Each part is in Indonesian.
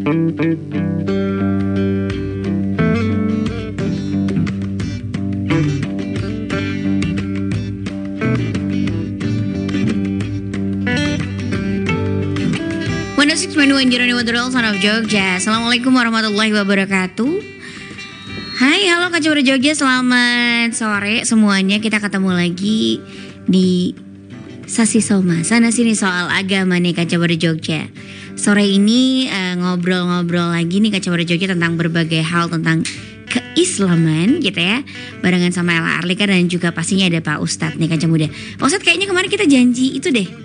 Son of Jogja. Assalamualaikum warahmatullahi wabarakatuh. Hai, halo Kak Cibara Jogja, selamat sore semuanya. Kita ketemu lagi di Sasi Soma, sana sini soal agama nih Kak Cibara Jogja. Sore ini ngobrol-ngobrol lagi nih Kak Cibara Jogja tentang berbagai hal tentang keislaman gitu ya. Barengan sama Ella Arlika dan juga pastinya ada Pak Ustadz nih Kaca Muda. Pak Ustadz kayaknya kemarin kita janji itu deh.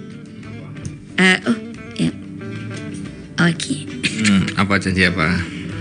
Oke. Apa janji apa?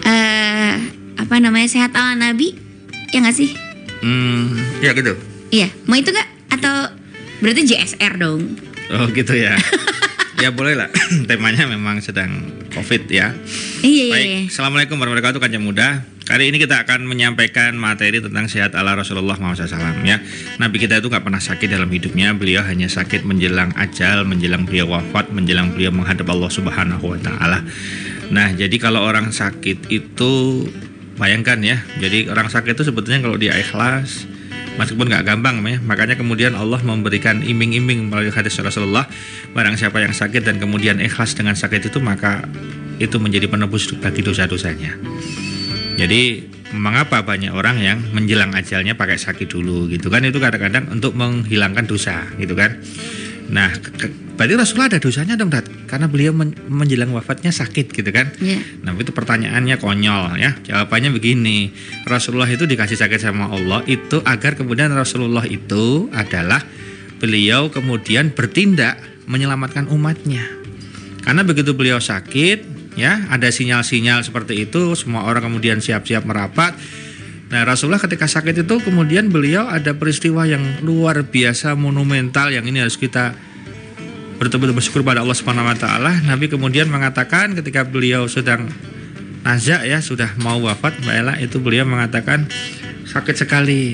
Apa namanya, sehat ala Nabi, ya nggak sih? Ya gitu. Iya, mau itu nggak? Atau berarti JSR dong? Oh gitu ya. Ya boleh lah. Temanya memang sedang COVID ya. Iya. Baik. Assalamualaikum warahmatullahi wabarakatuh Kaca Muda. Kali ini kita akan menyampaikan materi tentang sehat ala Rasulullah SAW ya. Nabi kita itu gak pernah sakit dalam hidupnya. Beliau hanya sakit menjelang ajal, menjelang beliau wafat, menjelang beliau menghadap Allah Subhanahu Wa Taala. Nah jadi kalau orang sakit itu, bayangkan ya. Jadi orang sakit itu sebetulnya kalau dia ikhlas, meskipun gak gampang ya, makanya kemudian Allah memberikan iming-iming melalui hadis Rasulullah. Barang siapa yang sakit dan kemudian ikhlas dengan sakit itu, maka itu menjadi penebus bagi dosa-dosanya. Jadi mengapa banyak orang yang menjelang ajalnya pakai sakit dulu gitu kan? Itu kadang-kadang untuk menghilangkan dosa gitu kan. Nah berarti Rasulullah ada dosanya dong Dat, karena beliau menjelang wafatnya sakit gitu kan. Nah itu pertanyaannya konyol ya. Jawabannya begini, Rasulullah itu dikasih sakit sama Allah itu agar kemudian Rasulullah itu adalah beliau kemudian bertindak menyelamatkan umatnya. Karena begitu beliau sakit ya, ada sinyal-sinyal seperti itu, semua orang kemudian siap-siap merapat. Nah Rasulullah ketika sakit itu kemudian beliau ada peristiwa yang luar biasa monumental, yang ini harus kita betul-betul bersyukur pada Allah Subhanahu Wa Taala. Nabi kemudian mengatakan ketika beliau sedang nazak ya, sudah mau wafat Mbak Ella, itu beliau mengatakan sakit sekali,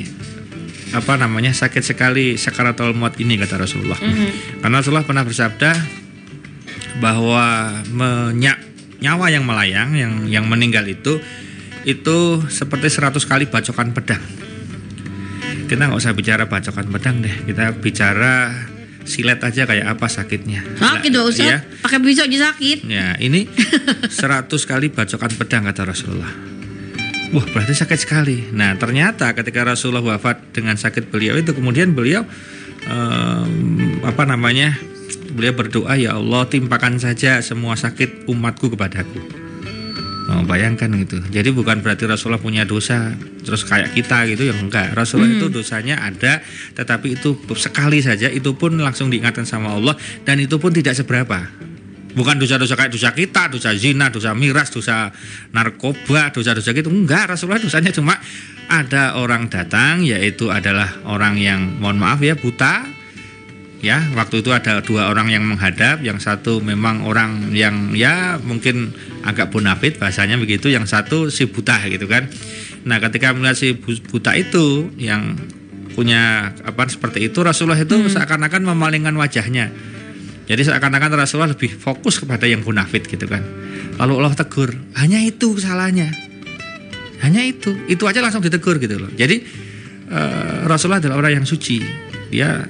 sakit sekali sakaratul maut ini, kata Rasulullah. Karena Rasulullah pernah bersabda bahwa nyawa yang melayang, yang meninggal itu seperti 100 kali bacokan pedang. Kita nggak usah bicara bacokan pedang deh, kita bicara silet aja kayak apa sakitnya. Sakit nggak usah, ya. Pakai pisau aja sakit. Ya ini 100 kali bacokan pedang, kata Rasulullah. Wah berarti sakit sekali. Nah ternyata ketika Rasulullah wafat dengan sakit beliau itu, kemudian beliau beliau berdoa, ya Allah timpakan saja semua sakit umatku kepadaku. Bayangkan gitu. Jadi bukan berarti Rasulullah punya dosa terus kayak kita gitu ya, enggak. Rasulullah itu dosanya ada, tetapi itu sekali saja, itu pun langsung diingatkan sama Allah, dan itu pun tidak seberapa. Bukan dosa-dosa kayak dosa kita, dosa zina, dosa miras, dosa narkoba, dosa-dosa gitu. Enggak, Rasulullah dosanya cuma ada orang datang, yaitu adalah orang yang mohon maaf ya buta. Ya, waktu itu ada 2 orang yang menghadap, yang satu memang orang yang ya mungkin agak bonafit bahasanya begitu, yang satu si buta gitu kan. Nah, ketika melihat si buta itu yang punya seperti itu, Rasulullah itu seakan-akan memalingkan wajahnya. Jadi seakan-akan Rasulullah lebih fokus kepada yang bonafit gitu kan. Lalu Allah tegur, hanya itu salahnya. Hanya itu aja langsung ditegur gitu loh. Jadi Rasulullah adalah orang yang suci. Dia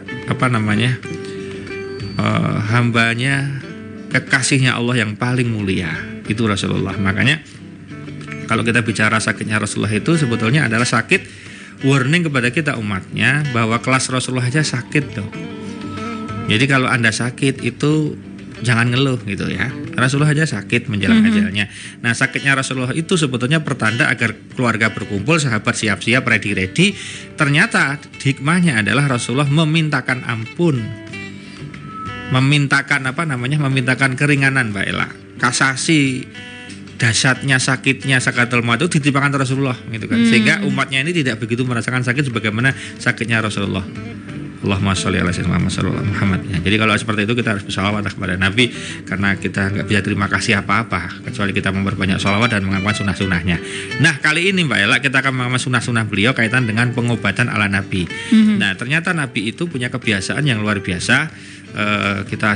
hambanya, kekasihnya Allah yang paling mulia, itu Rasulullah. Makanya kalau kita bicara sakitnya Rasulullah itu sebetulnya adalah sakit warning kepada kita umatnya, bahwa kelas Rasulullah aja sakit dong. Jadi kalau Anda sakit itu jangan ngeluh gitu ya. Rasulullah aja sakit menjelang ajalnya. Nah sakitnya Rasulullah itu sebetulnya pertanda agar keluarga berkumpul, sahabat siap-siap, ready-ready. Ternyata hikmahnya adalah Rasulullah memintakan ampun, memintakan keringanan Mbak Ella. Kasasi dahsyatnya sakitnya sakaratul maut itu ditimpakan Rasulullah gitu kan. Sehingga umatnya ini tidak begitu merasakan sakit sebagaimana sakitnya Rasulullah. Allahumma sholli ala sayyidina Muhammad. Ya, jadi kalau seperti itu kita harus bersalawat kepada Nabi, karena kita nggak bisa terima kasih apa-apa kecuali kita memperbanyak sholawat dan mengamalkan sunnah-sunnahnya. Nah kali ini Mbak Ella kita akan mengamalkan sunnah-sunnah beliau kaitan dengan pengobatan ala Nabi. Nah ternyata Nabi itu punya kebiasaan yang luar biasa. Kita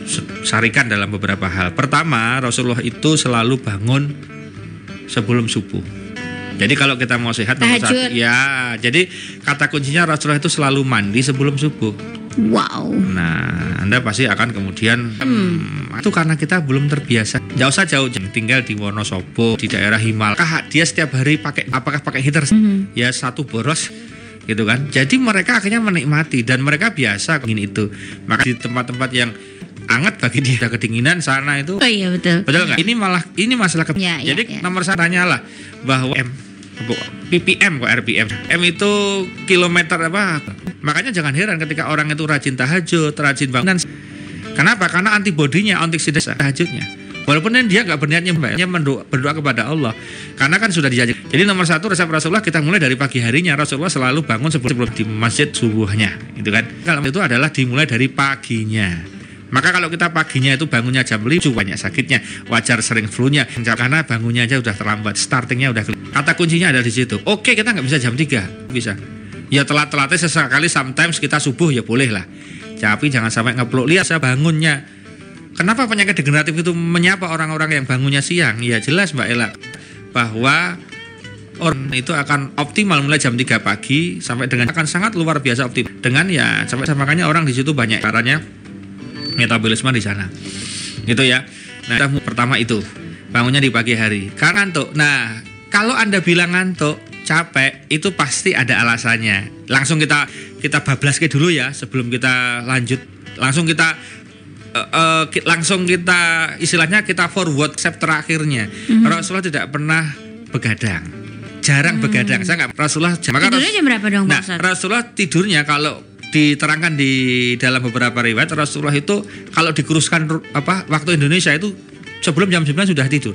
sarikan dalam beberapa hal. Pertama, Rasulullah itu selalu bangun sebelum subuh. Jadi kalau kita mau sehat nomor satu, ya. Jadi kata kuncinya Rasulullah itu selalu mandi sebelum subuh. Wow. Nah, Anda pasti akan kemudian itu karena kita belum terbiasa. Jauh usah jauh, tinggal di Wonosobo, di daerah Himalaya. Dia setiap hari apakah pakai heater? Ya satu boros gitu kan. Jadi mereka akhirnya menikmati dan mereka biasa begini itu. Maka di tempat-tempat yang hangat bagi dia kedinginan sana itu. Oh iya betul. Betul nggak? Ini masalah Jadi nomor satunya lah bahwa PPM kok RPM. M itu kilometer apa? Makanya jangan heran ketika orang itu rajin tahajud, rajin bangunan. Kenapa? Karena antibodinya, antioksidan tahajudnya. Walaupun dia nggak berniatnya berdoa kepada Allah. Karena kan sudah dijanjikan. Jadi nomor satu resep Rasulullah kita mulai dari pagi harinya. Rasulullah selalu bangun sebelum di masjid subuhnya, gitu kan? Kalau itu adalah dimulai dari paginya. Maka kalau kita paginya itu bangunnya jam 5 banyak sakitnya, wajar sering flu-nya karena bangunnya aja udah terlambat, startingnya udah kata kuncinya ada di situ. Oke, kita nggak bisa jam 3, bisa. Ya telat-telatnya sesekali sometimes kita subuh ya boleh lah. Tapi jangan sampai ngepluk. Lihat saya bangunnya. Kenapa penyakit degeneratif itu menyapa orang-orang yang bangunnya siang? Ya jelas Mbak Ella bahwa orang itu akan optimal mulai jam 3 pagi sampai dengan akan sangat luar biasa optimal. Dengan ya sampai makanya orang di situ banyak caranya metabolisme di sana, gitu ya. Nah, pertama itu bangunnya di pagi hari. Karena ngantuk. Nah, kalau Anda bilang ngantuk, capek, itu pasti ada alasannya. Langsung kita bablas ke dulu ya sebelum kita lanjut. Langsung kita istilahnya kita forward step terakhirnya. Rasulullah tidak pernah begadang. Jarang begadang. Saya nggak Rasulullah. Tidurnya jam berapa dong, Pak Ustaz? Rasulullah tidurnya kalau diterangkan di dalam beberapa riwayat Rasulullah itu kalau dikuruskan waktu Indonesia itu sebelum jam 9 sudah tidur.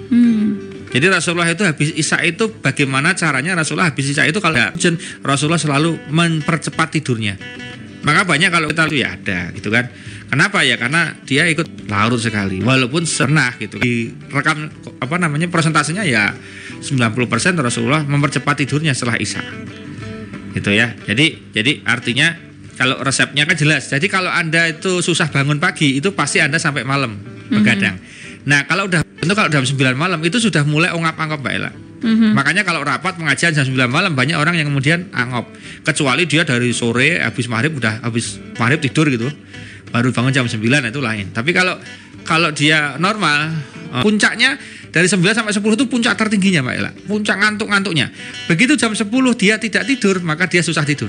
Jadi Rasulullah itu habis Isya itu bagaimana caranya Rasulullah habis Isya itu kalau Rasulullah selalu mempercepat tidurnya. Maka banyak kalau kita ya ada gitu kan. Kenapa ya? Karena dia ikut larut sekali walaupun senah gitu. Direkam persentasenya ya 90% Rasulullah mempercepat tidurnya setelah Isya. Gitu ya. Jadi artinya kalau resepnya kan jelas. Jadi kalau Anda itu susah bangun pagi itu pasti Anda sampai malam begadang. Nah, kalau jam 9 malam itu sudah mulai ongap-angop Mbak Ella. Makanya kalau rapat pengajian jam 9 malam banyak orang yang kemudian angop. Kecuali dia dari sore habis maghrib tidur gitu. Baru bangun jam 9 itu lain. Tapi kalau dia normal puncaknya dari 9 sampai 10 itu puncak tertingginya Mbak Ella. Puncak ngantuk-ngantuknya. Begitu jam 10 dia tidak tidur, maka dia susah tidur.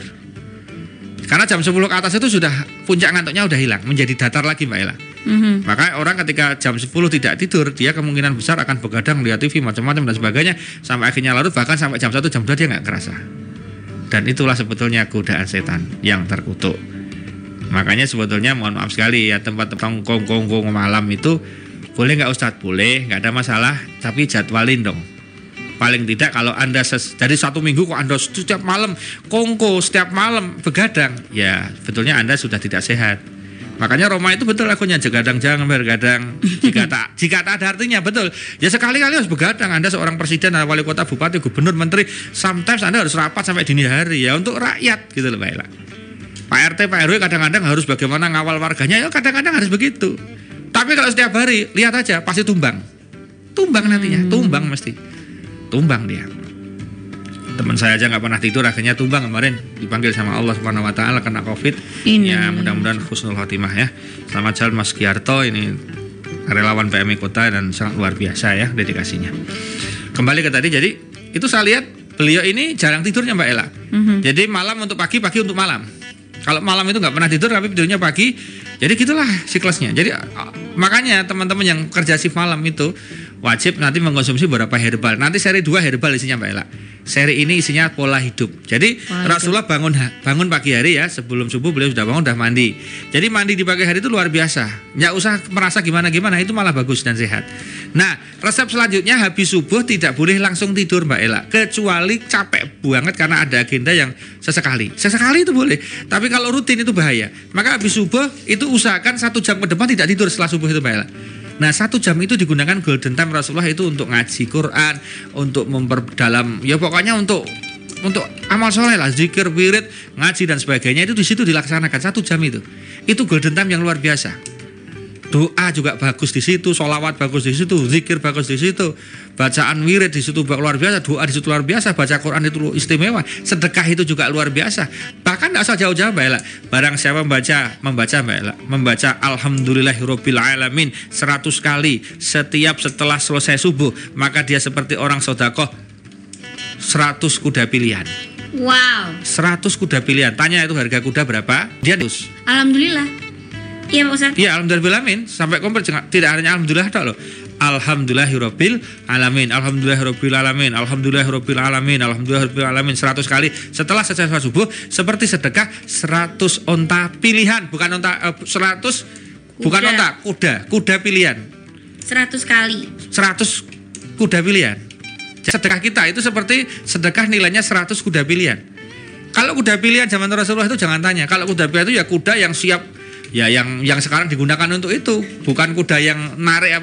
Karena jam 10 ke atas itu sudah puncak ngantuknya udah hilang, menjadi datar lagi Mbak Ella. Maka orang ketika jam 10 tidak tidur, dia kemungkinan besar akan begadang, lihat TV macam-macam dan sebagainya sampai akhirnya larut, bahkan sampai jam 1 jam 2 dia nggak kerasa. Dan itulah sebetulnya godaan setan yang terkutuk. Makanya sebetulnya mohon maaf sekali ya tempat-tempat kongko malam itu boleh nggak Ustadz? Boleh, nggak ada masalah, tapi jadwalin dong. Paling tidak kalau Anda dari 1 minggu kok Anda setiap malam kongko, setiap malam begadang, ya betulnya Anda sudah tidak sehat. Makanya Roma itu betul lagunya jangan bergadang jika tak ada artinya betul. Ya sekali-kali harus begadang. Anda seorang presiden, wali kota, bupati, gubernur, menteri, sometimes Anda harus rapat sampai dini hari ya untuk rakyat gitu loh Mbak Ella. Pak RT, Pak RW kadang-kadang harus bagaimana ngawal warganya, ya kadang-kadang harus begitu. Tapi kalau setiap hari, lihat aja pasti tumbang nantinya, tumbang dia. Teman saya aja nggak pernah tidur, akhirnya tumbang kemarin, dipanggil sama Allah Subhanahu Wa Taala kena COVID. Ya mudah-mudahan husnul khotimah ya. Selamat jalan Mas Giarto, ini relawan PMI Kota dan sangat luar biasa ya dedikasinya. Kembali ke tadi, jadi itu saya lihat beliau ini jarang tidurnya Mbak Ella. Jadi malam untuk pagi untuk malam. Kalau malam itu nggak pernah tidur tapi tidurnya pagi. Jadi gitulah siklusnya. Jadi makanya teman-teman yang kerja shift malam itu wajib nanti mengkonsumsi beberapa herbal. Nanti seri 2 herbal isinya Mbak Ella. Seri ini isinya pola hidup. Jadi Rasulullah bangun pagi hari ya, sebelum subuh beliau sudah bangun, sudah mandi. Jadi mandi di pagi hari itu luar biasa. Nggak usah merasa gimana-gimana, itu malah bagus dan sehat. Nah, resep selanjutnya habis subuh tidak boleh langsung tidur Mbak Ella, kecuali capek banget karena ada agenda yang sesekali itu boleh. Tapi kalau rutin itu bahaya. Maka habis subuh itu usahakan 1 jam ke depan tidak tidur setelah subuh itu Mbak Ella. Nah 1 jam itu digunakan golden time Rasulullah itu untuk ngaji Quran, untuk memperdalam, ya pokoknya untuk amal soleh lah, zikir, wirid, ngaji dan sebagainya itu di situ dilaksanakan 1 jam itu golden time yang luar biasa. Doa juga bagus di situ, sholawat bagus di situ, zikir bagus di situ, bacaan wirid di situ luar biasa, doa di situ luar biasa, baca Quran itu istimewa, sedekah itu juga luar biasa. Bahkan tidak usah jauh-jauh Mbak Ella. Barang siapa membaca Alhamdulillahirabbil alamin 100 kali setiap setelah selesai subuh, maka dia seperti orang sedekah 100 kuda pilihan. Wow. 100 kuda pilihan. Tanya itu harga kuda berapa? Dia terus. Alhamdulillah. Iya Pak Ustadz. Iya, alhamdulillahirabbil sampai komplit, tidak hanya alhamdulillah tok loh. Alhamdulillahirabbil alamin, alhamdulillahirabbil alamin, alhamdulillahirabbil alamin, alhamdulillahirabbil alamin 100 kali setelah selesai sholat subuh, seperti sedekah 100 onta pilihan, bukan onta 100 bukan onta, kuda pilihan. 100 kali. 100 kuda pilihan. Sedekah kita itu seperti sedekah nilainya 100 kuda pilihan. Kalau kuda pilihan zaman Rasulullah itu jangan tanya. Kalau kuda pilihan itu ya kuda yang siap, ya yang sekarang digunakan untuk itu, bukan kuda yang narik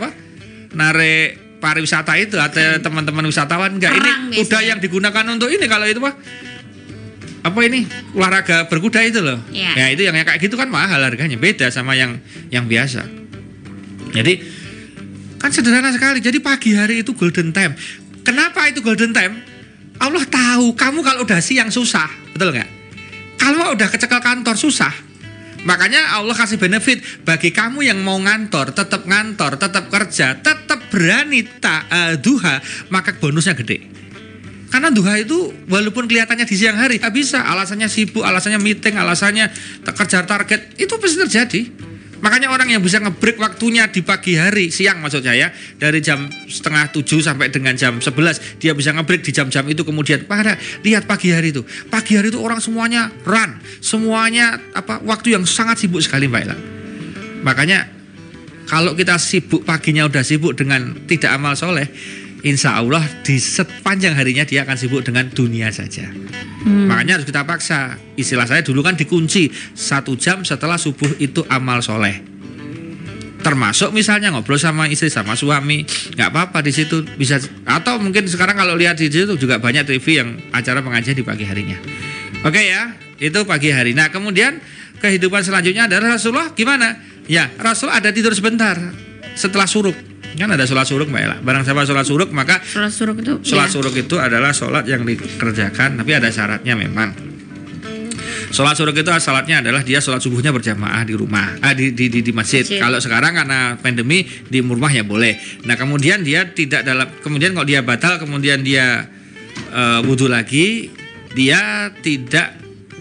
pariwisata itu atau teman-teman wisatawan, enggak. Ini kuda yang digunakan untuk ini. Kalau itu apa ini olahraga berkuda itu loh. Ya itu yang kayak gitu kan mahal harganya, beda sama yang biasa. Jadi kan sederhana sekali. Jadi pagi hari itu golden time. Kenapa itu golden time? Allah tahu kamu kalau udah siang susah, betul nggak? Kalau udah kecekel kantor susah. Makanya Allah kasih benefit bagi kamu yang mau ngantor, tetap kerja, tetap berani duha, maka bonusnya gede. Karena duha itu walaupun kelihatannya di siang hari, tak bisa, alasannya sibuk, alasannya meeting, alasannya kerja target, itu pasti terjadi. Makanya orang yang bisa nge-break waktunya di pagi hari, siang maksud saya, dari jam 6:30 sampai dengan jam 11, dia bisa nge-break di jam-jam itu. Kemudian lihat pagi hari itu. Pagi hari itu orang semuanya run, semuanya waktu yang sangat sibuk sekali Mbak Ella. Makanya kalau kita sibuk paginya udah sibuk dengan tidak amal soleh, insya Allah di sepanjang harinya dia akan sibuk dengan dunia saja. Makanya harus kita paksa. Istilah saya dulu kan dikunci 1 jam setelah subuh itu amal soleh. Termasuk misalnya ngobrol sama istri, sama suami, nggak apa-apa di situ bisa. Atau mungkin sekarang kalau lihat di situ juga banyak TV yang acara pengajian di pagi harinya. Oke ya, itu pagi hari. Nah kemudian kehidupan selanjutnya adalah Rasulullah gimana? Ya Rasul ada tidur sebentar setelah suruk. Kan ada sholat suruk Mbak Ella. Barang siapa sholat suruk maka sholat suruk itu adalah sholat yang dikerjakan, tapi ada syaratnya memang. Sholat suruk itu syaratnya adalah dia sholat subuhnya berjamaah di rumah, di masjid. Kalau sekarang karena pandemi di rumah ya boleh. Nah kemudian dia kemudian kalau dia batal, kemudian dia wudhu lagi, dia tidak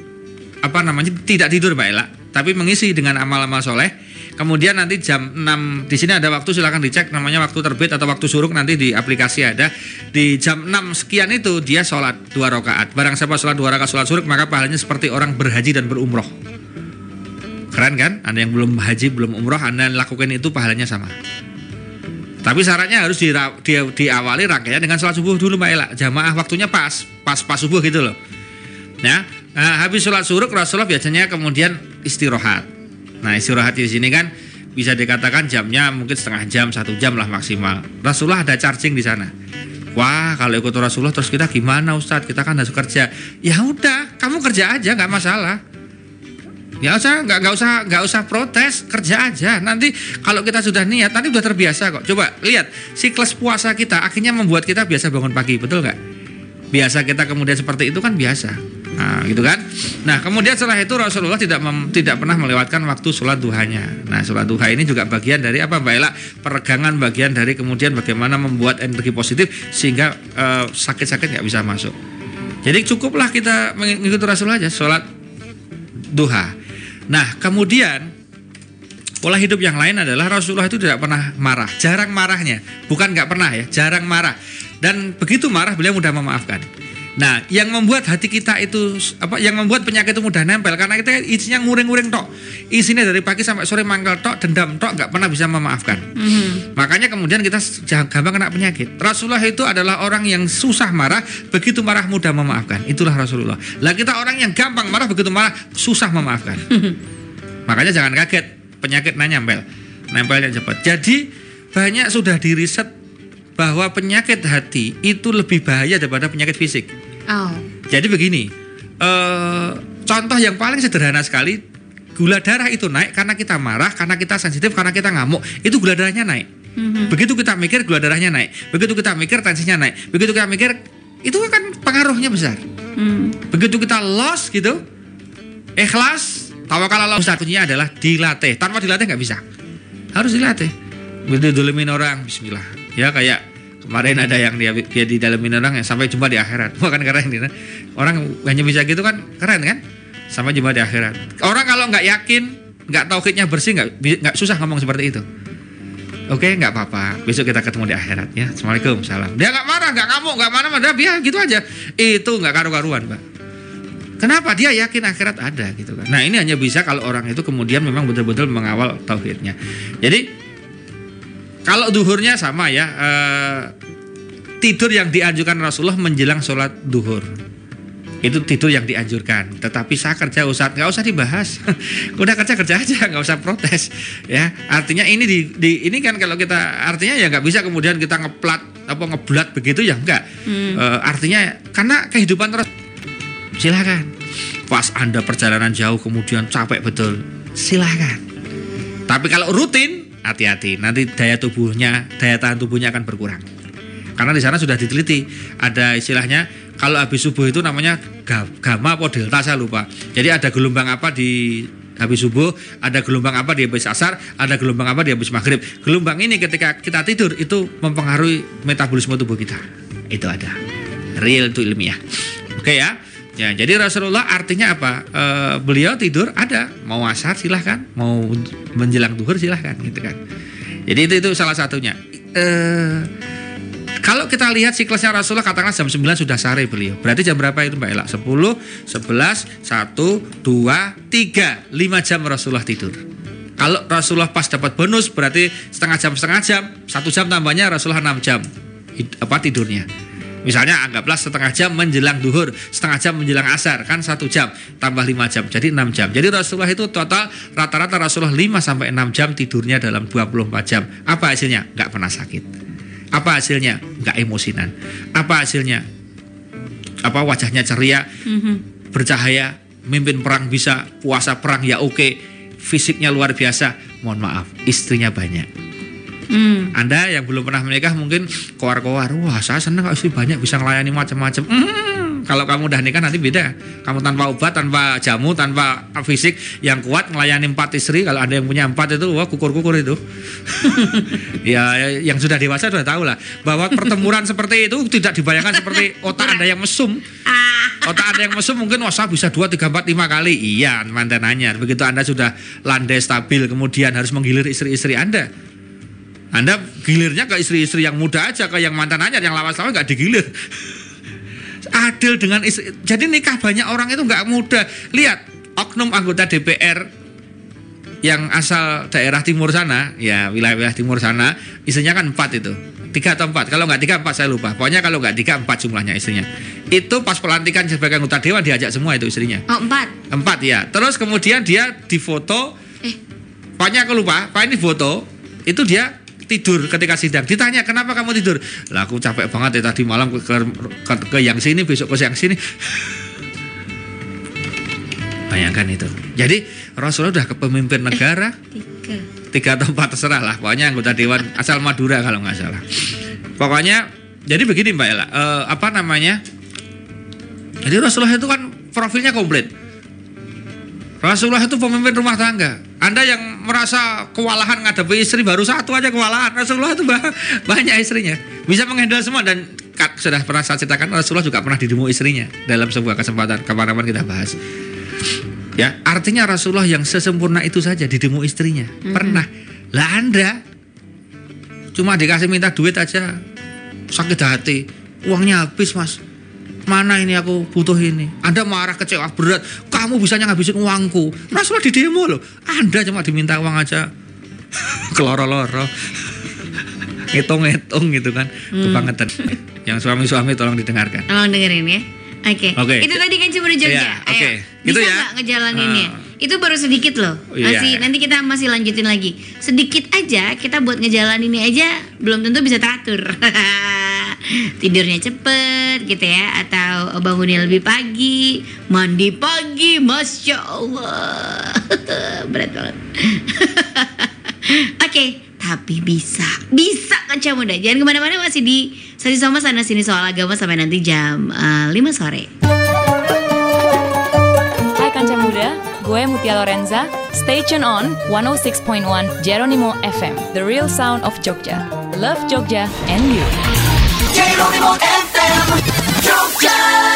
tidak tidur Mbak Ella, tapi mengisi dengan amal-amal soleh. Kemudian nanti jam 6 di sini ada waktu, silakan dicek namanya waktu terbit atau waktu suruk, nanti di aplikasi ada. Di jam 6 sekian itu dia sholat 2 rakaat. Barang siapa sholat 2 rakaat sholat suruk maka pahalanya seperti orang berhaji dan berumroh. Keren kan? Anda yang belum haji belum umroh, Anda lakukan itu pahalanya sama. Tapi syaratnya harus diawali rangkaian dengan sholat subuh dulu Mbak Ella. Jamaah waktunya pas subuh gitu loh. Nah habis sholat suruk Rasulullah biasanya kemudian istirahat. Nah istirahat di sini kan bisa dikatakan jamnya mungkin setengah jam, 1 jam lah maksimal. Rasulullah ada charging di sana. Wah kalau ikut Rasulullah terus kita gimana Ustadz? Kita kan harus kerja. Ya udah, kamu kerja aja, nggak masalah. Ya nggak usah protes, kerja aja. Nanti kalau kita sudah niat, nanti udah terbiasa kok. Coba lihat siklus puasa kita akhirnya membuat kita biasa bangun pagi, betul nggak? Biasa kita kemudian seperti itu kan biasa. Nah, gitu kan. Nah, kemudian setelah itu Rasulullah tidak pernah melewatkan waktu sholat duhanya. Nah, sholat duha ini juga bagian dari apa Mbak Ella? Peregangan, bagian dari kemudian bagaimana membuat energi positif sehingga sakit-sakit nggak bisa masuk. Jadi cukuplah kita mengikuti Rasulullah aja sholat duha. Nah, kemudian pola hidup yang lain adalah Rasulullah itu tidak pernah marah, jarang marahnya, bukan nggak pernah ya, jarang marah. Dan begitu marah beliau mudah memaafkan. Nah, yang membuat hati kita itu yang membuat penyakit itu mudah nempel karena kita isinya nguring-nguring tok. Isinya dari pagi sampai sore mangkal tok, dendam tok, nggak pernah bisa memaafkan. Makanya kemudian kita gampang kena penyakit. Rasulullah itu adalah orang yang susah marah, begitu marah mudah memaafkan. Itulah Rasulullah. Lah kita orang yang gampang marah, begitu marah susah memaafkan. Makanya jangan kaget penyakit nempelnya cepat. Jadi banyak sudah diriset bahwa penyakit hati itu lebih bahaya daripada penyakit fisik. Jadi begini, contoh yang paling sederhana sekali, gula darah itu naik karena kita marah, karena kita sensitif, karena kita ngamuk, itu gula darahnya naik. Begitu kita mikir, gula darahnya naik. Begitu kita mikir, tensinya naik. Begitu kita mikir, itu kan pengaruhnya besar. Begitu kita loss gitu, ikhlas, tawakal Allah, kuncinya adalah dilatih. Tanpa dilatih nggak bisa, harus dilatih. Begitu dolimin orang, bismillah. Ya kayak kemarin ada yang dia didalemin orang yang sampai jumpa di akhirat. Wah kan keren ini. Orang hanya bisa gitu kan, keren kan? Sampai jumpa di akhirat. Orang kalau nggak yakin, nggak tauhidnya bersih, nggak susah ngomong seperti itu. Oke, nggak apa-apa. Besok kita ketemu di akhirat ya. Assalamualaikum, salam. Dia nggak marah, nggak ngamuk, nggak mana-mana. Dia gitu aja. Itu nggak karu-karuan, Pak. Kenapa? Dia yakin akhirat ada gitu kan. Nah ini hanya bisa kalau orang itu kemudian memang betul-betul mengawal tauhidnya. Jadi kalau duhurnya sama ya. Tidur yang dianjurkan Rasulullah menjelang sholat duhur. Itu tidur yang dianjurkan. Tetapi saya kerja Ustaz, nggak usah dibahas. Udah kerja aja, nggak usah protes. Ya, artinya ini ini kan kalau kita artinya ya nggak bisa kemudian kita ngeblat begitu ya enggak. Artinya karena kehidupan terus. Silakan. Pas Anda perjalanan jauh kemudian capek betul, silakan. Tapi kalau rutin, hati-hati. Nanti daya tahan tubuhnya akan berkurang. Karena di sana sudah diteliti, ada istilahnya kalau habis subuh itu namanya gamma atau delta saya lupa. Jadi ada gelombang apa di habis subuh, ada gelombang apa di habis asar, ada gelombang apa di habis maghrib. Gelombang ini ketika kita tidur itu mempengaruhi metabolisme tubuh kita. Itu ada. Real itu ilmiah. Oke ya. Ya, jadi Rasulullah artinya apa? Beliau tidur ada, mau asar silahkan, mau menjelang duhur silahkan gitu kan. Jadi itu salah satunya. Kalau kita lihat siklusnya Rasulullah katakanlah jam 9 sudah sare beliau. Berarti jam berapa itu Mbak Ella? 10, 11, 1, 2, 3, 5 jam Rasulullah tidur. Kalau Rasulullah pas dapat bonus berarti setengah jam, 1 jam tambahnya Rasulullah 6 jam tidurnya. Misalnya anggaplah setengah jam menjelang duhur, setengah jam menjelang asar, kan 1 jam tambah 5 jam, jadi 6 jam. Jadi Rasulullah itu total rata-rata Rasulullah 5 sampai 6 jam tidurnya dalam 24 jam. Apa hasilnya? Nggak pernah sakit. Apa hasilnya? Nggak emosinan. Apa hasilnya? Apa wajahnya ceria, bercahaya, mimpin perang bisa, puasa perang ya oke, fisiknya luar biasa. Mohon maaf, istrinya banyak. Anda yang belum pernah menikah mungkin koar-koar, wah saya senang kalau istri banyak bisa melayani macam-macam. Kalau kamu udah nikah nanti beda. Kamu tanpa obat, tanpa jamu, tanpa fisik yang kuat melayani 4 istri. Kalau Anda yang punya 4 itu, wah kukur-kukur itu. Ya yang sudah dewasa sudah tahu lah bahwa pertempuran seperti itu tidak dibayangkan seperti otak Anda yang mesum. Otak Anda yang mesum mungkin wah saya bisa 2, 3, 4, 5 kali. Iya mantan anyar. Begitu Anda sudah landai stabil kemudian harus menggilir istri-istri Anda gilirnya ke istri-istri yang muda aja, ke yang mantan anyar, yang lawas-lawas nggak digilir. Adil dengan istri. Jadi nikah banyak orang itu nggak mudah. Lihat oknum anggota DPR yang asal daerah timur sana, ya wilayah timur sana, istrinya kan 4 itu, 3 atau 4. Kalau nggak 3, 4 saya lupa. Pokoknya kalau nggak 3, 4 jumlahnya istrinya. Itu pas pelantikan sebagai anggota dewan diajak semua itu istrinya. Oh 4 ya. Terus kemudian dia difoto. Pokoknya aku lupa. Pak ini foto. Itu dia tidur ketika sidang. Ditanya kenapa kamu tidur? Lah aku capek banget ya tadi malam ke yang sini, besok ke yang sini. Bayangkan itu. Jadi Rasulullah udah kepemimpin negara 3 atau 4 terserah lah. Pokoknya anggota dewan asal Madura kalau nggak salah. Pokoknya jadi begini Mbak Ella. Jadi Rasulullah itu kan profilnya komplit. Rasulullah itu pemimpin rumah tangga. Anda yang merasa kewalahan ngadepi istri baru 1 aja kewalahan. Rasulullah itu banyak istrinya. Bisa menghandle semua dan sudah pernah saya ceritakan Rasulullah juga pernah didemo istrinya dalam sebuah kesempatan kapan-kapan kita bahas. Ya, artinya Rasulullah yang sesempurna itu saja didemo istrinya. Pernah. Lah Anda cuma dikasih minta duit aja sakit hati. Uangnya habis, Mas. Mana ini aku butuh ini. Anda marah kecewa berat. Kamu bisanya ngabisin uangku. Rasulullah di demo loh. Anda cuma diminta uang aja. Keloro-loro. Ngitung-ngitung gitu kan. Kebangetan. Yang suami-suami tolong didengarkan. Tolong dengerin ya. Oke. Itu tadi kan cuma Jogja. Yeah, okay. Bisa gitu ya. nggak ngejalaninnya? Itu baru sedikit loh. Nanti kita masih lanjutin lagi. Sedikit aja kita buat ngejalaninnya aja belum tentu bisa teratur. tidurnya cepet gitu ya, atau bangunnya lebih pagi, mandi pagi, Masya Allah. Berat banget. Oke, tapi bisa Kaca Muda. Jangan kemana-mana, masih di Sasi Soma Sana Sini Soal Agama sampai nanti jam 5 sore. Hai Kaca Muda, gue Mutia Lorenza. Stay tune on 106.1 Geronimo FM, the real sound of Jogja. Love Jogja and you. Geronimo FM, Jogja.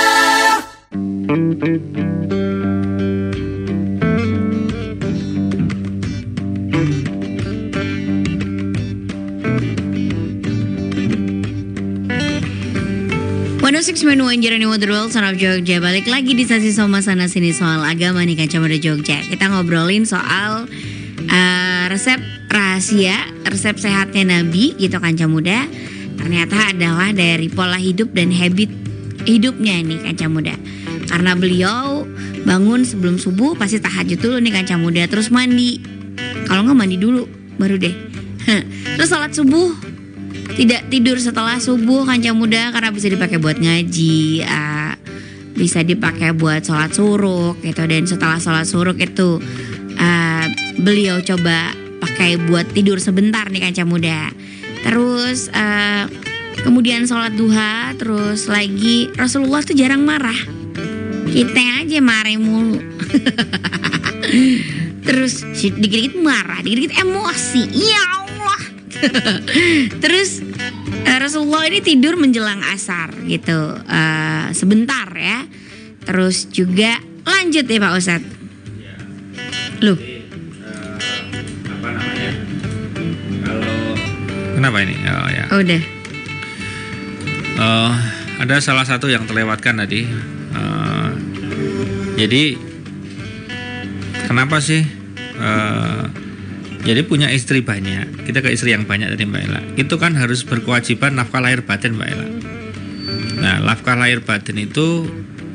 Geronimo The Real Sound of Jogja. Balik lagi di Sasi Soma Sana Sini Soal Agama nih Kaca Muda Jogja. Kita ngobrolin soal resep rahasia, resep sehatnya Nabi gitu Kaca Muda. Ternyata adalah dari pola hidup dan habit hidupnya nih Kaca Muda. Karena beliau bangun sebelum subuh pasti tahajud dulu nih Kaca Muda, terus mandi. Kalau nggak mandi dulu baru deh. Terus sholat subuh, tidak tidur setelah subuh Kaca Muda, karena bisa dipakai buat ngaji, bisa dipakai buat sholat suruk gitu. Dan setelah sholat suruk itu beliau coba pakai buat tidur sebentar nih Kaca Muda. Terus kemudian sholat duha. Terus lagi Rasulullah tuh jarang marah, kita aja marah mulu. Terus dikit-dikit marah, dikit-dikit emosi, ya Allah. Terus Rasulullah ini tidur menjelang asar gitu, sebentar ya. Terus juga lanjut ya Pak Ustadz. Loh, Apa namanya? Kalau kenapa ini? Oh ya. udah. Ada salah satu yang terlewatkan tadi. Jadi kenapa sih? Jadi punya istri banyak, kita ke istri yang banyak tadi Mbak Ella, itu kan harus berkewajiban nafkah lahir batin Mbak Ella. Nah, nafkah lahir batin itu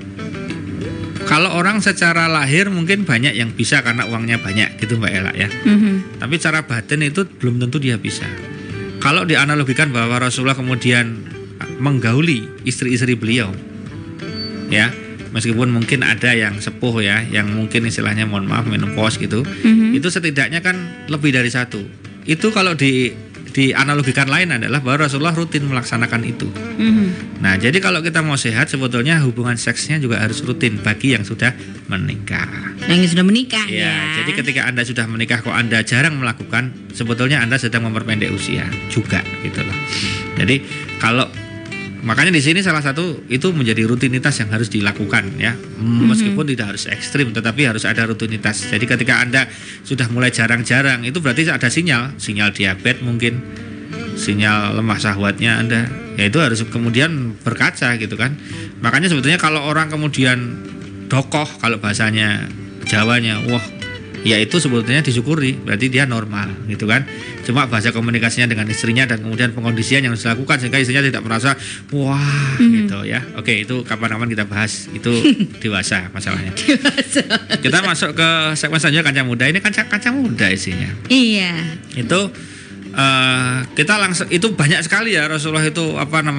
kalau orang secara lahir mungkin banyak yang bisa karena uangnya banyak gitu Mbak Ella ya. Tapi cara batin itu belum tentu dia bisa. Kalau dianalogikan bahwa Rasulullah kemudian menggauli istri-istri beliau, ya, meskipun mungkin ada yang sepuh ya, yang mungkin istilahnya mohon maaf menopause gitu, itu setidaknya kan lebih dari satu. Itu kalau dianalogikan lain adalah bahwa Rasulullah rutin melaksanakan itu. Nah, jadi kalau kita mau sehat sebetulnya hubungan seksnya juga harus rutin bagi yang sudah menikah. Yang sudah menikah ya. Jadi ketika Anda sudah menikah kok Anda jarang melakukan, sebetulnya Anda sedang memperpendek usia juga gitu loh. Jadi kalau makanya di sini salah satu itu menjadi rutinitas yang harus dilakukan ya, meskipun tidak harus ekstrim, tetapi harus ada rutinitas. Jadi ketika Anda sudah mulai jarang-jarang, itu berarti ada sinyal diabetes mungkin, sinyal lemah syahwatnya Anda, ya itu harus kemudian berkaca gitu kan. Makanya sebetulnya kalau orang kemudian dokoh, kalau bahasanya Jawanya, wah, ya itu sebetulnya disyukuri, berarti dia normal gitu kan. Cuma bahasa komunikasinya dengan istrinya dan kemudian pengkondisian yang harus dilakukan sehingga istrinya tidak merasa wah gitu ya. Oke, itu kapan-kapan kita bahas, itu dewasa masalahnya. Kita masuk ke segmen selanjutnya, Kaca Muda. Ini kaca muda isinya. Iya. Itu kita langsung, itu banyak sekali ya Rasulullah itu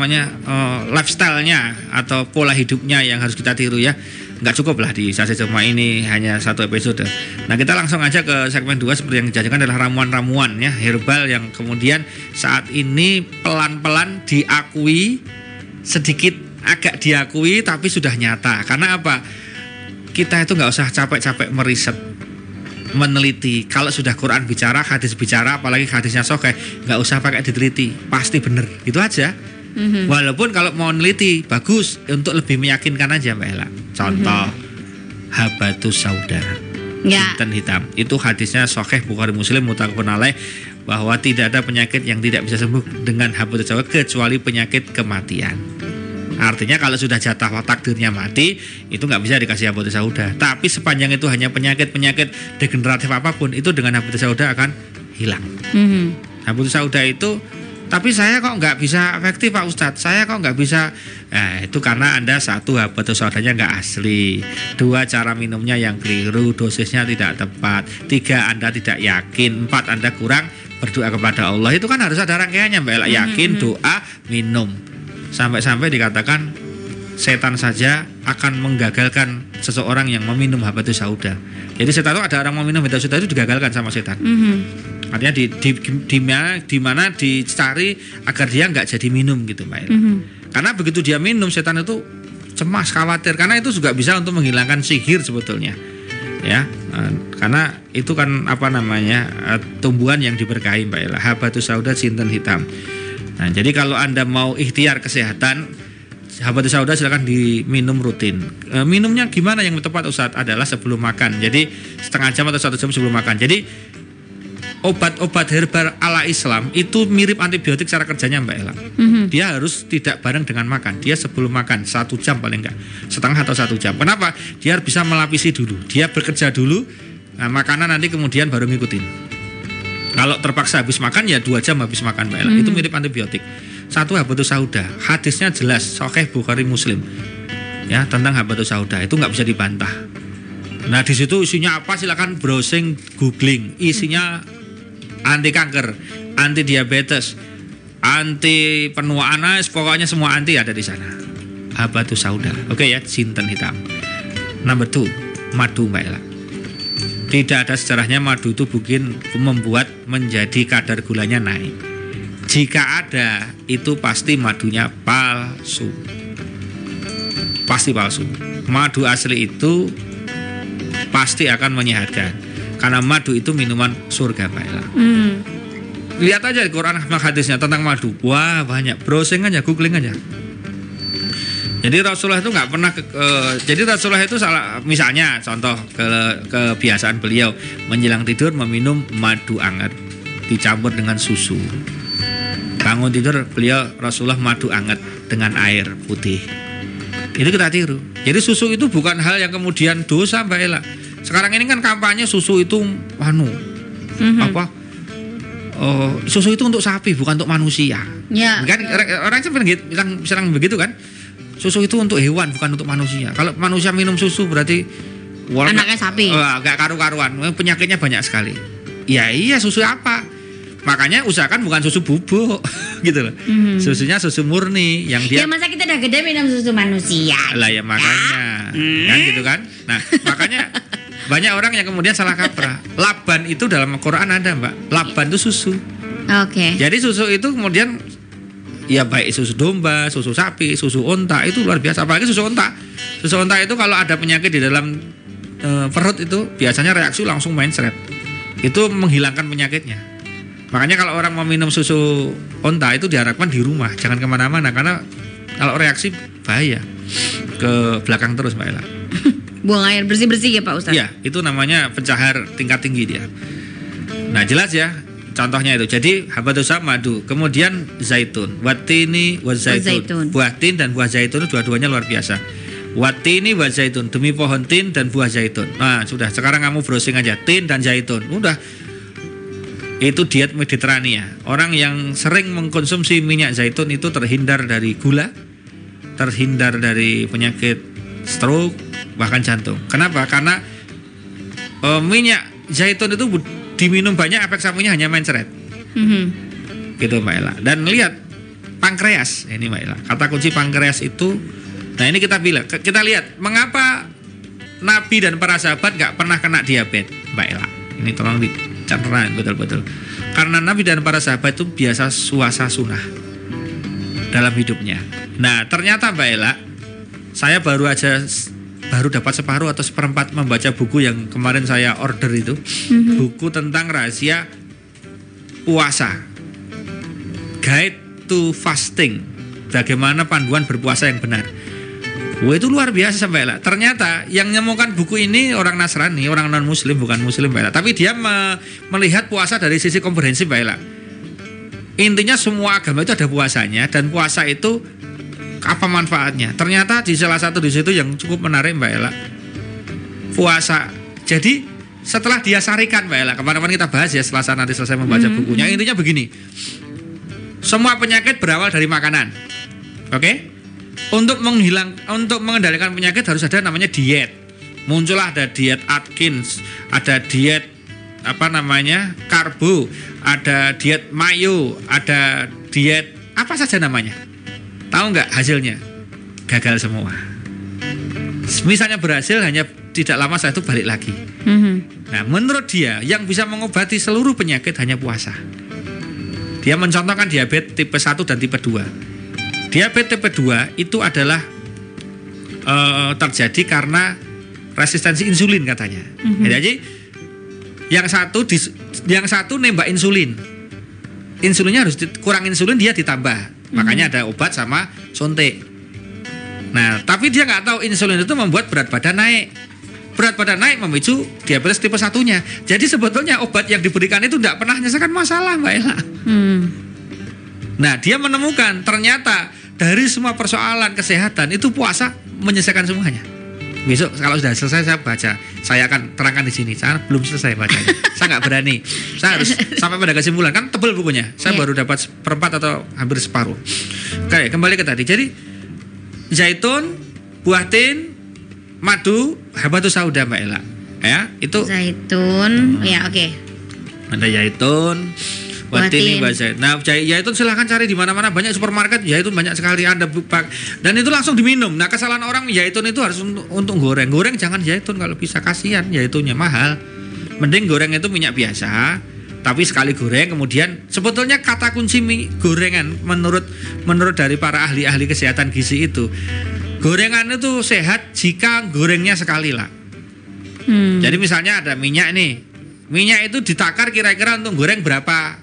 lifestyle-nya atau pola hidupnya yang harus kita tiru ya. Nggak cukup lah di Sasi Soma ini hanya satu episode. Nah, kita langsung aja ke segmen 2. Seperti yang dijanjikan adalah ramuan-ramuan ya, herbal yang kemudian saat ini pelan-pelan diakui, sedikit agak diakui tapi sudah nyata. Karena apa? Kita itu nggak usah capek-capek meriset, meneliti. Kalau sudah Quran bicara, hadis bicara, apalagi hadisnya sahih, nggak usah pakai diteliti, pasti bener, itu aja. Walaupun kalau mau neliti bagus untuk lebih meyakinkan aja Mbak Ella. Contoh Habatus Sauda, jinten hitam, itu hadisnya sahih Bukhari Muslim muttafaqun alaih, bahwa tidak ada penyakit yang tidak bisa sembuh dengan Habatus Sauda kecuali penyakit kematian. Artinya kalau sudah jatah takdirnya mati, itu nggak bisa dikasih Habatus Sauda. Tapi sepanjang itu hanya penyakit degeneratif apapun, itu dengan Habatus Sauda akan hilang. Habatus Sauda itu, tapi saya kok nggak bisa efektif Pak Ustadz, saya kok nggak bisa. Nah, itu karena Anda satu, Habatus Saudanya nggak asli. 2, cara minumnya yang keliru, dosisnya tidak tepat. 3, Anda tidak yakin. 4, Anda kurang berdoa kepada Allah. Itu kan harus ada rangkaiannya Mbak Ella. Yakin, doa, minum. Sampai-sampai dikatakan setan saja akan menggagalkan seseorang yang meminum habatus sauda. Jadi setan itu ada orang meminum habatus sauda itu digagalkan sama setan. Artinya di mana dicari agar dia nggak jadi minum gitu Mbak Ella. Karena begitu dia minum, setan itu cemas, khawatir, karena itu juga bisa untuk menghilangkan sihir sebetulnya. Ya, karena itu kan tumbuhan yang diberkahi Mbak Ella. Habatus sauda jinten hitam. Nah, jadi kalau Anda mau ikhtiar kesehatan, habatus sauda silakan diminum rutin. Minumnya gimana yang tepat Ustaz? Adalah sebelum makan. Jadi setengah jam atau 1 jam sebelum makan. Jadi obat-obat herbal ala Islam itu mirip antibiotik cara kerjanya Mbak Ella. Dia harus tidak bareng dengan makan. Dia sebelum makan 1 jam paling enggak, setengah atau 1 jam. Kenapa? Dia bisa melapisi dulu. Dia bekerja dulu. Nah, makanan nanti kemudian baru ngikutin. Kalau terpaksa habis makan ya 2 jam habis makan Mbak Ella. Itu mirip antibiotik. 1 habatus sauda. Hadisnya jelas, Sahih Bukhari Muslim. Ya, tentang habatus sauda itu nggak bisa dibantah. Nah, di situ isinya apa? Silakan browsing, googling. Isinya anti kanker, anti diabetes, anti penuaan, pokoknya semua anti ada di sana. Habatus sauda. Oke ya, jinten hitam. Number 2, madu Mbak Ella. Tidak ada sejarahnya madu itu membuat menjadi kadar gulanya naik. Jika ada, itu pasti madunya palsu. Pasti palsu. Madu asli itu pasti akan menyehatkan. Karena madu itu minuman surga Mbak Ella. Lihat aja di Quran hadisnya tentang madu. Wah banyak, browsing aja, googling aja. Jadi Rasulullah itu nggak pernah jadi Rasulullah itu salah, misalnya contoh kebiasaan beliau menjelang tidur meminum madu hangat dicampur dengan susu. Bangun tidur beliau Rasulullah madu hangat dengan air putih. Itu kita tiru. Jadi susu itu bukan hal yang kemudian dosa Mbak Ella. Sekarang ini kan kampanye susu itu susu itu untuk sapi bukan untuk manusia. Ya. Kan orang bilang begitu kan? Susu itu untuk hewan bukan untuk manusia. Kalau manusia minum susu berarti anaknya sapi. Gak karu-karuan, penyakitnya banyak sekali. Ya iya, susu apa? Makanya usahakan bukan susu bubuk gitu loh. Susunya susu murni yang dia. Ya masa kita udah gede minum susu manusia. Lah ya makanya. Kan gitu kan? Nah, makanya banyak orang yang kemudian salah kaprah. Laban itu dalam Al-Quran ada Mbak. Laban itu susu. Oke. Jadi susu itu kemudian ya baik susu domba, susu sapi, susu onta itu luar biasa. Apalagi susu onta. Susu onta itu kalau ada penyakit di dalam perut itu biasanya reaksi langsung mencret. Itu menghilangkan penyakitnya. Makanya kalau orang mau minum susu onta itu diharapkan di rumah, jangan kemana-mana karena kalau reaksi bahaya ke belakang terus Mbak Ella. Buang air bersih-bersih ya Pak Ustadz? Iya, itu namanya pencahar tingkat tinggi dia. Nah jelas ya, contohnya itu. Jadi habatus sauda madu, kemudian zaitun, watini wa zaitun. Buah tin dan buah zaitun itu dua-duanya luar biasa. Watini wa zaitun, demi pohon tin dan buah zaitun. Nah sudah, sekarang kamu browsing aja tin dan zaitun. Udah, itu diet Mediterania. Orang yang sering mengkonsumsi minyak zaitun itu terhindar dari gula, terhindar dari penyakit stroke, bahkan jantung. Kenapa? Karena minyak zaitun itu diminum banyak, efek sampingnya hanya mencret. Gitu Mbak Ella. Dan lihat pankreas, ini Mbak Ella. Kata kunci pankreas itu, nah ini kita lihat mengapa Nabi dan para sahabat nggak pernah kena diabetes Mbak Ella. Ini tolong dicerna betul-betul. Karena Nabi dan para sahabat itu biasa puasa sunnah dalam hidupnya. Nah ternyata Mbak Ella, saya baru dapat separuh atau seperempat membaca buku yang kemarin saya order itu, buku tentang rahasia puasa, Guide to Fasting, bagaimana panduan berpuasa yang benar. Wah itu luar biasa Mbak Ella. Ternyata yang menemukan buku ini orang Nasrani, orang non Muslim, bukan Muslim Mbak Ella. Tapi dia melihat puasa dari sisi komprehensif Mbak Ella. Intinya semua agama itu ada puasanya, dan puasa itu apa manfaatnya? Ternyata di salah satu di situ yang cukup menarik Mbak Ella, puasa. Jadi setelah dia sarikan Mbak Ella, kemarin kita bahas ya setelah nanti selesai membaca bukunya. Intinya begini, semua penyakit berawal dari makanan. Oke? Untuk mengendalikan penyakit harus ada namanya diet. Muncullah ada diet Atkins, ada diet karbo, ada diet mayo, ada diet apa saja namanya. Tahu nggak hasilnya? Gagal semua. Misalnya berhasil hanya tidak lama setelah itu balik lagi. Nah, menurut dia yang bisa mengobati seluruh penyakit hanya puasa. Dia mencontohkan diabetes tipe 1 dan tipe 2. Diabetes tipe 2 itu adalah terjadi karena resistensi insulin katanya. Jadi yang satu nembak insulin. Insulinnya harus kurang insulin dia ditambah. Makanya ada obat sama suntik. Nah, tapi dia nggak tahu insulin itu membuat berat badan naik. Berat badan naik memicu diabetes tipe 1-nya. Jadi sebetulnya obat yang diberikan itu tidak pernah menyelesaikan masalah, Mbak Ella. Nah, dia menemukan ternyata dari semua persoalan kesehatan itu puasa menyelesaikan semuanya. Besok kalau sudah selesai saya baca, saya akan terangkan di sini. Saya belum selesai bacanya. Saya nggak berani. Saya harus sampai pada kesimpulan. Kan tebal bukunya. Saya baru dapat seperempat atau hampir separuh. Oke, kembali ke tadi. Jadi zaitun, buah tin, madu, habatus sauda, Mbak Ella. Ya, itu zaitun. Ya, oke. Ada zaitun, buah tin, buah zaitun. Nah, zaitun silahkan cari di mana-mana, banyak supermarket zaitun banyak sekali Anda buka. Dan itu langsung diminum. Nah, kesalahan orang zaitun itu harus untuk goreng. Goreng jangan zaitun kalau bisa, kasihan zaitunnya mahal. Mending goreng itu minyak biasa. Tapi sekali goreng kemudian sebetulnya kata kunci gorengan menurut dari para ahli-ahli kesehatan gizi itu, gorengan itu sehat jika gorengnya sekali lah. Jadi misalnya ada minyak nih, minyak itu ditakar kira-kira untuk goreng berapa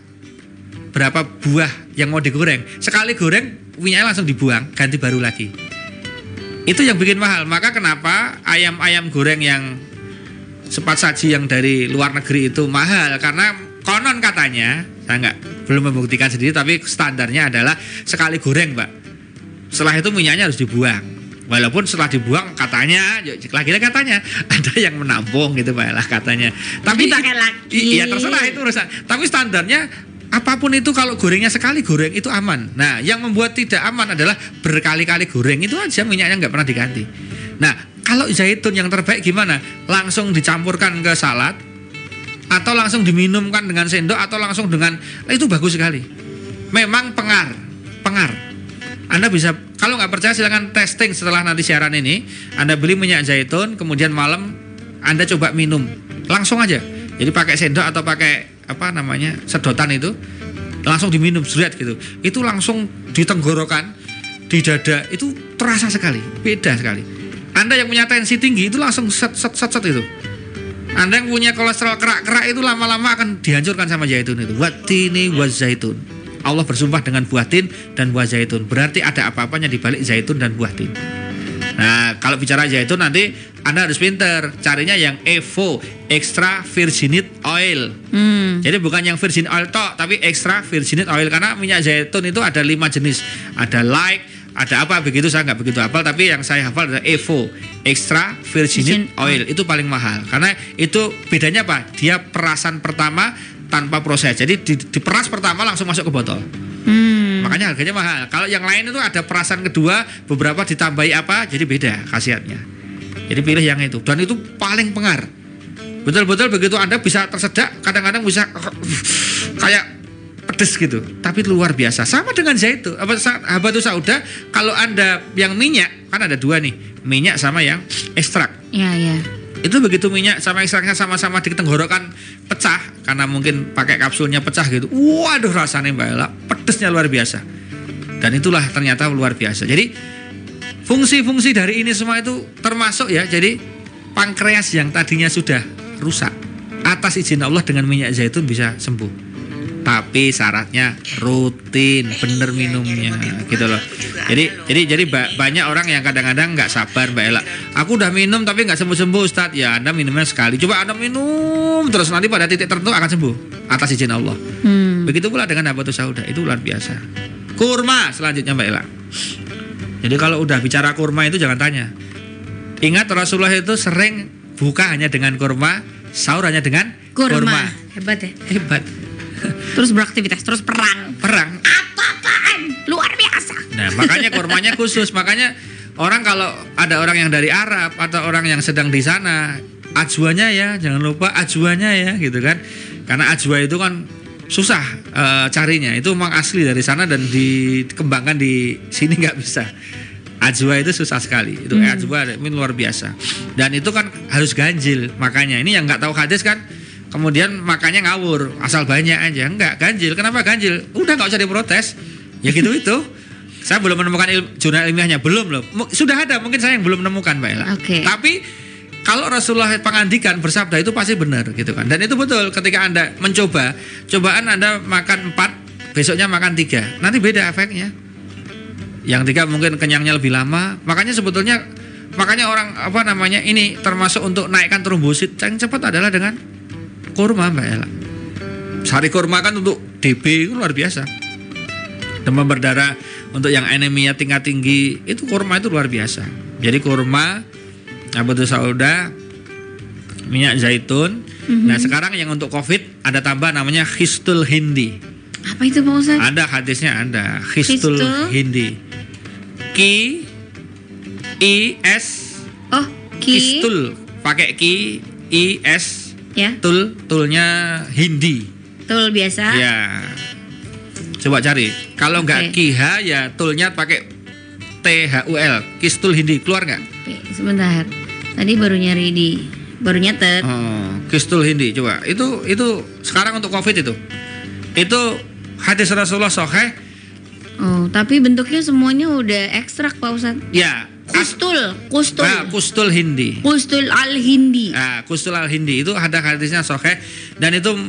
buah yang mau digoreng. Sekali goreng minyaknya langsung dibuang, ganti baru lagi. Itu yang bikin mahal. Maka kenapa ayam goreng yang cepat saji yang dari luar negeri itu mahal, karena konon katanya, saya belum membuktikan sendiri, tapi standarnya adalah sekali goreng, Mbak. Setelah itu minyaknya harus dibuang. Walaupun setelah dibuang katanya, lagi-lagi katanya ada yang menampung gitu, Mbak lah katanya. Tapi pakai lagi. Iya terserah itu urusan. Tapi standarnya apapun itu kalau gorengnya sekali goreng itu aman. Nah, yang membuat tidak aman adalah berkali-kali goreng itu aja minyaknya nggak pernah diganti. Nah, kalau zaitun yang terbaik gimana? Langsung dicampurkan ke salad, atau langsung diminumkan dengan sendok, atau langsung dengan itu bagus sekali. Memang pengar. Anda bisa, kalau nggak percaya silakan testing setelah nanti siaran ini. Anda beli minyak zaitun, kemudian malam Anda coba minum langsung aja. Jadi pakai sendok atau pakai sedotan itu, langsung diminum seret gitu. Itu langsung di tenggorokan, di dada itu terasa sekali, beda sekali. Anda yang punya tensi tinggi itu langsung set itu. Anda yang punya kolesterol kerak-kerak itu lama-lama akan dihancurkan sama zaitun itu. Watini wa zaitun. Allah bersumpah dengan buah tin dan buah zaitun. Berarti ada apa-apanya di balik zaitun dan buah tin. Nah, kalau bicara zaitun nanti Anda harus pinter carinya yang EVO, extra virgin oil. Jadi bukan yang virgin oil tok, tapi extra virgin oil, karena minyak zaitun itu ada 5 jenis. Ada light, ada apa begitu saya nggak begitu hafal, tapi yang saya hafal adalah EVO, extra virgin oil. Itu paling mahal karena itu bedanya apa? Dia perasan pertama tanpa proses. Jadi diperas pertama langsung masuk ke botol. Makanya harganya mahal. Kalau yang lain itu ada perasan kedua, beberapa ditambahi apa, jadi beda khasiatnya. Jadi pilih yang itu, dan itu paling pengar. Betul-betul begitu Anda bisa tersedak, kadang-kadang bisa kayak pedes gitu, tapi luar biasa. Sama dengan zaitun, habatus sauda. Kalau Anda yang minyak, kan ada dua nih, minyak sama yang ekstrak. Iya. Itu begitu minyak sama ekstraknya sama-sama di tenggorokan pecah, karena mungkin pakai kapsulnya pecah gitu. Waduh, rasanya Mbak Ella, pedesnya luar biasa. Dan itulah ternyata luar biasa. Jadi fungsi-fungsi dari ini semua itu termasuk ya. Jadi pankreas yang tadinya sudah rusak, atas izin Allah dengan minyak zaitun bisa sembuh. Tapi syaratnya rutin, bener minumnya, gitu loh. Jadi banyak orang yang kadang-kadang nggak sabar, Mbak Ella. Aku udah minum tapi nggak sembuh-sembuh, Ustadz. Ya Anda minumnya sekali. Coba Anda minum terus, nanti pada titik tertentu akan sembuh atas izin Allah. Begitu pula dengan habatus sauda, itu luar biasa. Kurma selanjutnya, Mbak Ella. Jadi kalau udah bicara kurma itu jangan tanya. Ingat Rasulullah itu sering buka hanya dengan kurma, sahur hanya dengan kurma. Hebat ya. Hebat. Terus beraktivitas, terus perang. Apa-apaan, luar biasa. Nah, makanya kurmanya khusus. Makanya orang kalau ada orang yang dari Arab atau orang yang sedang di sana, ajwanya ya, jangan lupa ajwanya ya, gitu kan. Karena ajwa itu kan susah carinya. Itu memang asli dari sana dan dikembangkan di sini nggak bisa. Ajwa itu susah sekali. Itu ajwa ini luar biasa. Dan itu kan harus ganjil. Makanya ini yang nggak tahu hadis kan, kemudian makannya ngawur, asal banyak aja. Enggak, ganjil. Kenapa ganjil? Udah nggak usah diprotes. Ya gitu itu. Saya belum menemukan jurnal ilmiahnya, belum loh. Sudah ada, mungkin saya yang belum menemukan, Mbak Ella. Oke. Tapi kalau Rasulullah pengandikan bersabda itu pasti benar gitu kan. Dan itu betul ketika Anda mencoba, cobaan Anda makan 4, besoknya makan 3. Nanti beda efeknya. Yang 3 mungkin kenyangnya lebih lama. Makanya orang ini termasuk untuk naikkan trombosit yang cepat adalah dengan kurma, Mbak Ella. Sari kurma kan untuk DB itu luar biasa. Demam berdarah untuk yang anemia tingkat tinggi itu kurma itu luar biasa. Jadi kurma, habatus sauda, minyak zaitun. Nah sekarang yang untuk COVID ada tambah namanya Khistul Hindi. Apa itu Pak Ustadz? Ada hadisnya, ada Khistul Hindi. Ki I S. Oh, Khistul pakai Ki I S. Ya. Tulnya Hindi. Tul biasa. Ya. Coba cari. Kalau nggak KIH ya tulnya pakai THUL. Khistul Hindi keluar nggak? Oke, sebentar. Tadi baru nyatet. Oh, Khistul Hindi coba. Itu sekarang untuk COVID itu. Itu hadis Rasulullah sahih. Oh, tapi bentuknya semuanya udah ekstrak Pak Ustadz. Ya. Kustul. Khistul Hindi. Kustul al-Hindi. Kustul al-Hindi itu ada hadisnya sahih dan itu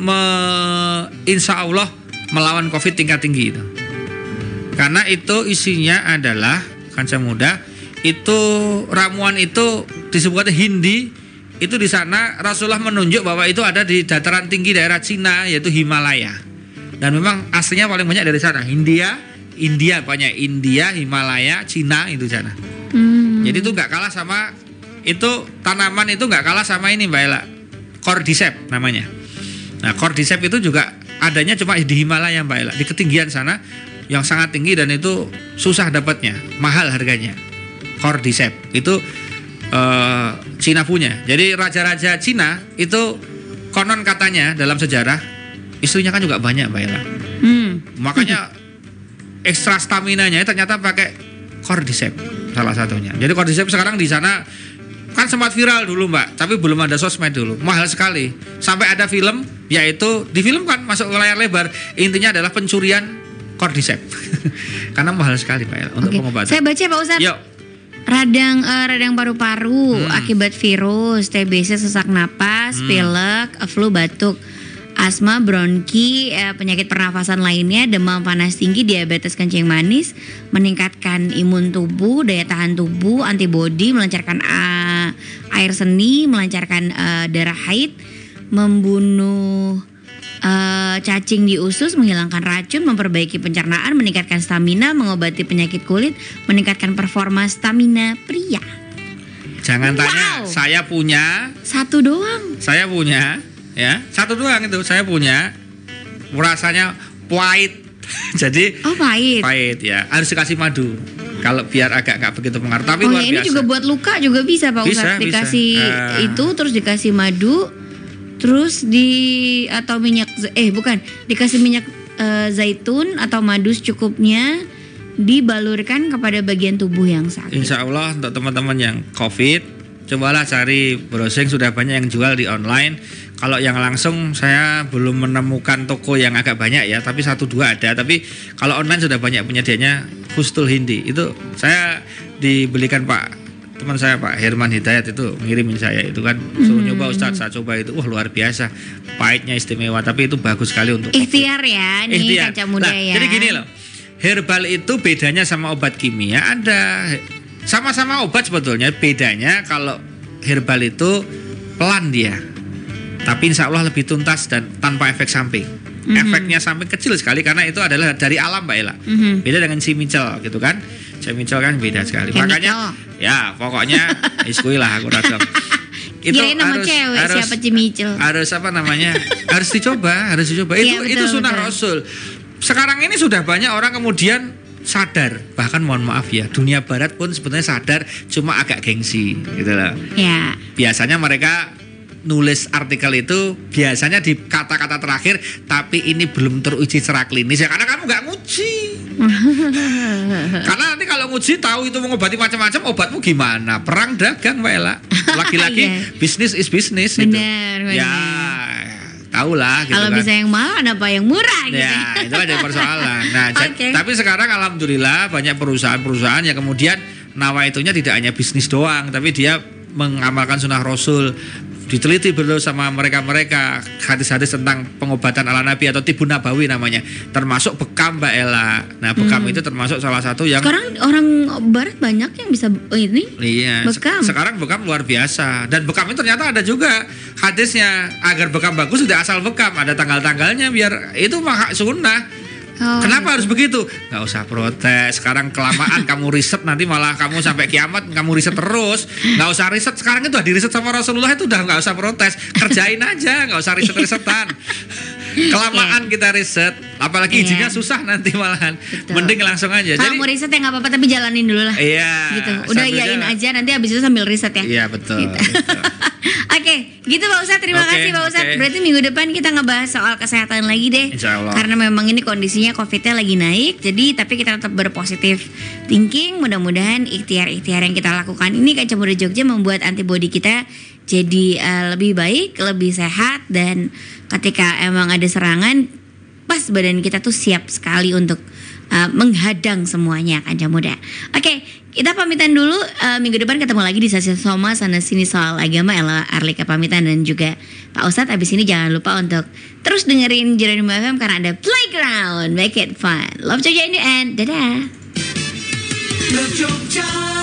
insya Allah melawan COVID tingkat tinggi itu. Karena itu isinya adalah kanca muda, itu ramuan itu disebutnya Hindi. Itu di sana Rasulullah menunjuk bahwa itu ada di dataran tinggi daerah Cina yaitu Himalaya. Dan memang aslinya paling banyak dari sana. India, banyak India, Himalaya, Cina itu sana. Jadi itu nggak kalah sama itu tanaman itu nggak kalah sama ini Mbak Ella. Cordyceps namanya. Nah, Cordyceps itu juga adanya cuma di Himalaya Mbak Ella, di ketinggian sana yang sangat tinggi dan itu susah dapatnya, mahal harganya. Cordyceps itu Cina punya. Jadi raja-raja Cina itu konon katanya dalam sejarah istrinya kan juga banyak Mbak Ella. Makanya ekstra staminanya ternyata pakai Cordyceps salah satunya. Jadi Cordyceps sekarang di sana kan sempat viral dulu Mbak, tapi belum ada sosmed dulu, mahal sekali. Sampai ada film, yaitu difilmkan masuk ke layar lebar. Intinya adalah pencurian Cordyceps. Karena mahal sekali Mbak untuk pengobatan. Saya baca Pak Ustadz. Yuk. Radang paru-paru akibat virus, TBC, sesak napas, pilek, flu, batuk, asma, bronki, penyakit pernafasan lainnya, demam panas tinggi, diabetes kencing manis, meningkatkan imun tubuh, daya tahan tubuh, antibodi, melancarkan air seni, melancarkan darah haid, membunuh cacing di usus, menghilangkan racun, memperbaiki pencernaan, meningkatkan stamina, mengobati penyakit kulit, meningkatkan performa stamina pria. Jangan tanya, saya punya. Satu doang. Saya punya. Ya, satu doang itu saya punya, rasanya pahit. Jadi pahit ya, harus dikasih madu kalau biar agak nggak begitu pengaruh. Tapi luar ini biasa. juga buat luka juga bisa Pak Ustadz, dikasih itu terus dikasih madu, terus dikasih minyak zaitun atau madu secukupnya, dibalurkan kepada bagian tubuh yang sakit. Insya Allah untuk teman-teman yang COVID, cobalah cari browsing, sudah banyak yang jual di online. Kalau yang langsung saya belum menemukan toko yang agak banyak ya, tapi 1-2 ada. Tapi kalau online sudah banyak penyedianya. Khistul Hindi itu saya dibelikan teman saya Pak Herman Hidayat itu ngirimin saya itu kan, suruh nyoba Ustadz, saya coba itu, wah luar biasa, pahitnya istimewa, tapi itu bagus sekali untuk ikhtiar ya, nih kanca muda ya. Jadi gini loh, herbal itu bedanya sama obat kimia, ada sama-sama obat sebetulnya, bedanya kalau herbal itu pelan dia, tapi insya Allah lebih tuntas dan tanpa efek samping. Efeknya samping kecil sekali karena itu adalah dari alam Mbak Ella. Beda dengan cimicel gitu kan. Cimicel kan beda sekali. Makanya ya pokoknya iskui lah aku rasa. Itu nama cewek siapa cimicel. Harus apa namanya? harus dicoba. Itu sunnah Rasul. Sekarang ini sudah banyak orang kemudian sadar, bahkan mohon maaf ya, dunia barat pun sebenarnya sadar, cuma agak gengsi gitu loh. Ya. Biasanya mereka nulis artikel itu biasanya di kata-kata terakhir, tapi ini belum teruji secara klinis ya, karena kamu nggak nguji. Karena nanti kalau nguji tahu itu mengobati macam-macam, obatmu gimana? Perang dagang, Mbak Ella. Lagi-lagi bisnis is bisnis gitu. Benar. Ya, tahulah gitu Kalau kan. bisa yang mahal, kenapa yang murah gitu? Ya, itu kan jadi persoalan. Nah, Oke. tapi sekarang alhamdulillah banyak perusahaan-perusahaan yang kemudian nawaitunya tidak hanya bisnis doang, tapi dia mengamalkan sunnah Rasul. Diteliti betul sama mereka-mereka hadis-hadis tentang pengobatan ala Nabi atau tibun nabawi namanya, termasuk bekam, Mbak Ella. Nah, bekam itu termasuk salah satu yang Sekarang orang barat banyak yang bisa ini. iya, Bekam. sekarang bekam luar biasa. Dan bekam itu ternyata ada juga hadisnya, agar bekam bagus tidak asal bekam, ada tanggal-tanggalnya biar itu mah sunnah. Oh, Kenapa harus begitu? Nggak usah protes. Sekarang kelamaan kamu riset, nanti malah kamu sampai kiamat kamu riset terus. Nggak usah riset. Sekarang itu udah diriset sama Rasulullah, itu udah nggak usah protes. Kerjain aja, nggak usah riset-risetan. Kelamaan kita riset, apalagi Iya. izinnya susah nanti malahan. Betul. Mending langsung aja. Kalau mau riset ya nggak apa-apa, tapi jalanin dulu lah. Iya. Gitu. Udah sambil iyain jalan. aja, nanti abis itu sambil riset ya. Iya betul. Gitu. betul. Oke, gitu Pak Ustadz. Terima Oke, kasih Pak Ustadz. oke. Berarti minggu depan kita ngebahas soal kesehatan lagi deh. Insya Allah. Karena memang ini kondisinya COVID-nya lagi naik. Jadi tapi kita tetap berpositif thinking. Mudah-mudahan ikhtiar-ikhtiar yang kita lakukan ini Kaca Muda Jogja membuat antibodi kita jadi lebih baik, lebih sehat. Dan ketika emang ada serangan, pas badan kita tuh siap sekali untuk menghadang semuanya, Kaca Muda. Oke, kita pamitan dulu. Minggu depan ketemu lagi di Stasiun Soma Sana Sini Soal Agama. Ella Arlika pamitan dan juga Pak Ustadz. Abis ini jangan lupa untuk terus dengerin Jeronimo FM karena ada Playground, make it fun. Love Jogja in the end. Dadah. Love Jogja.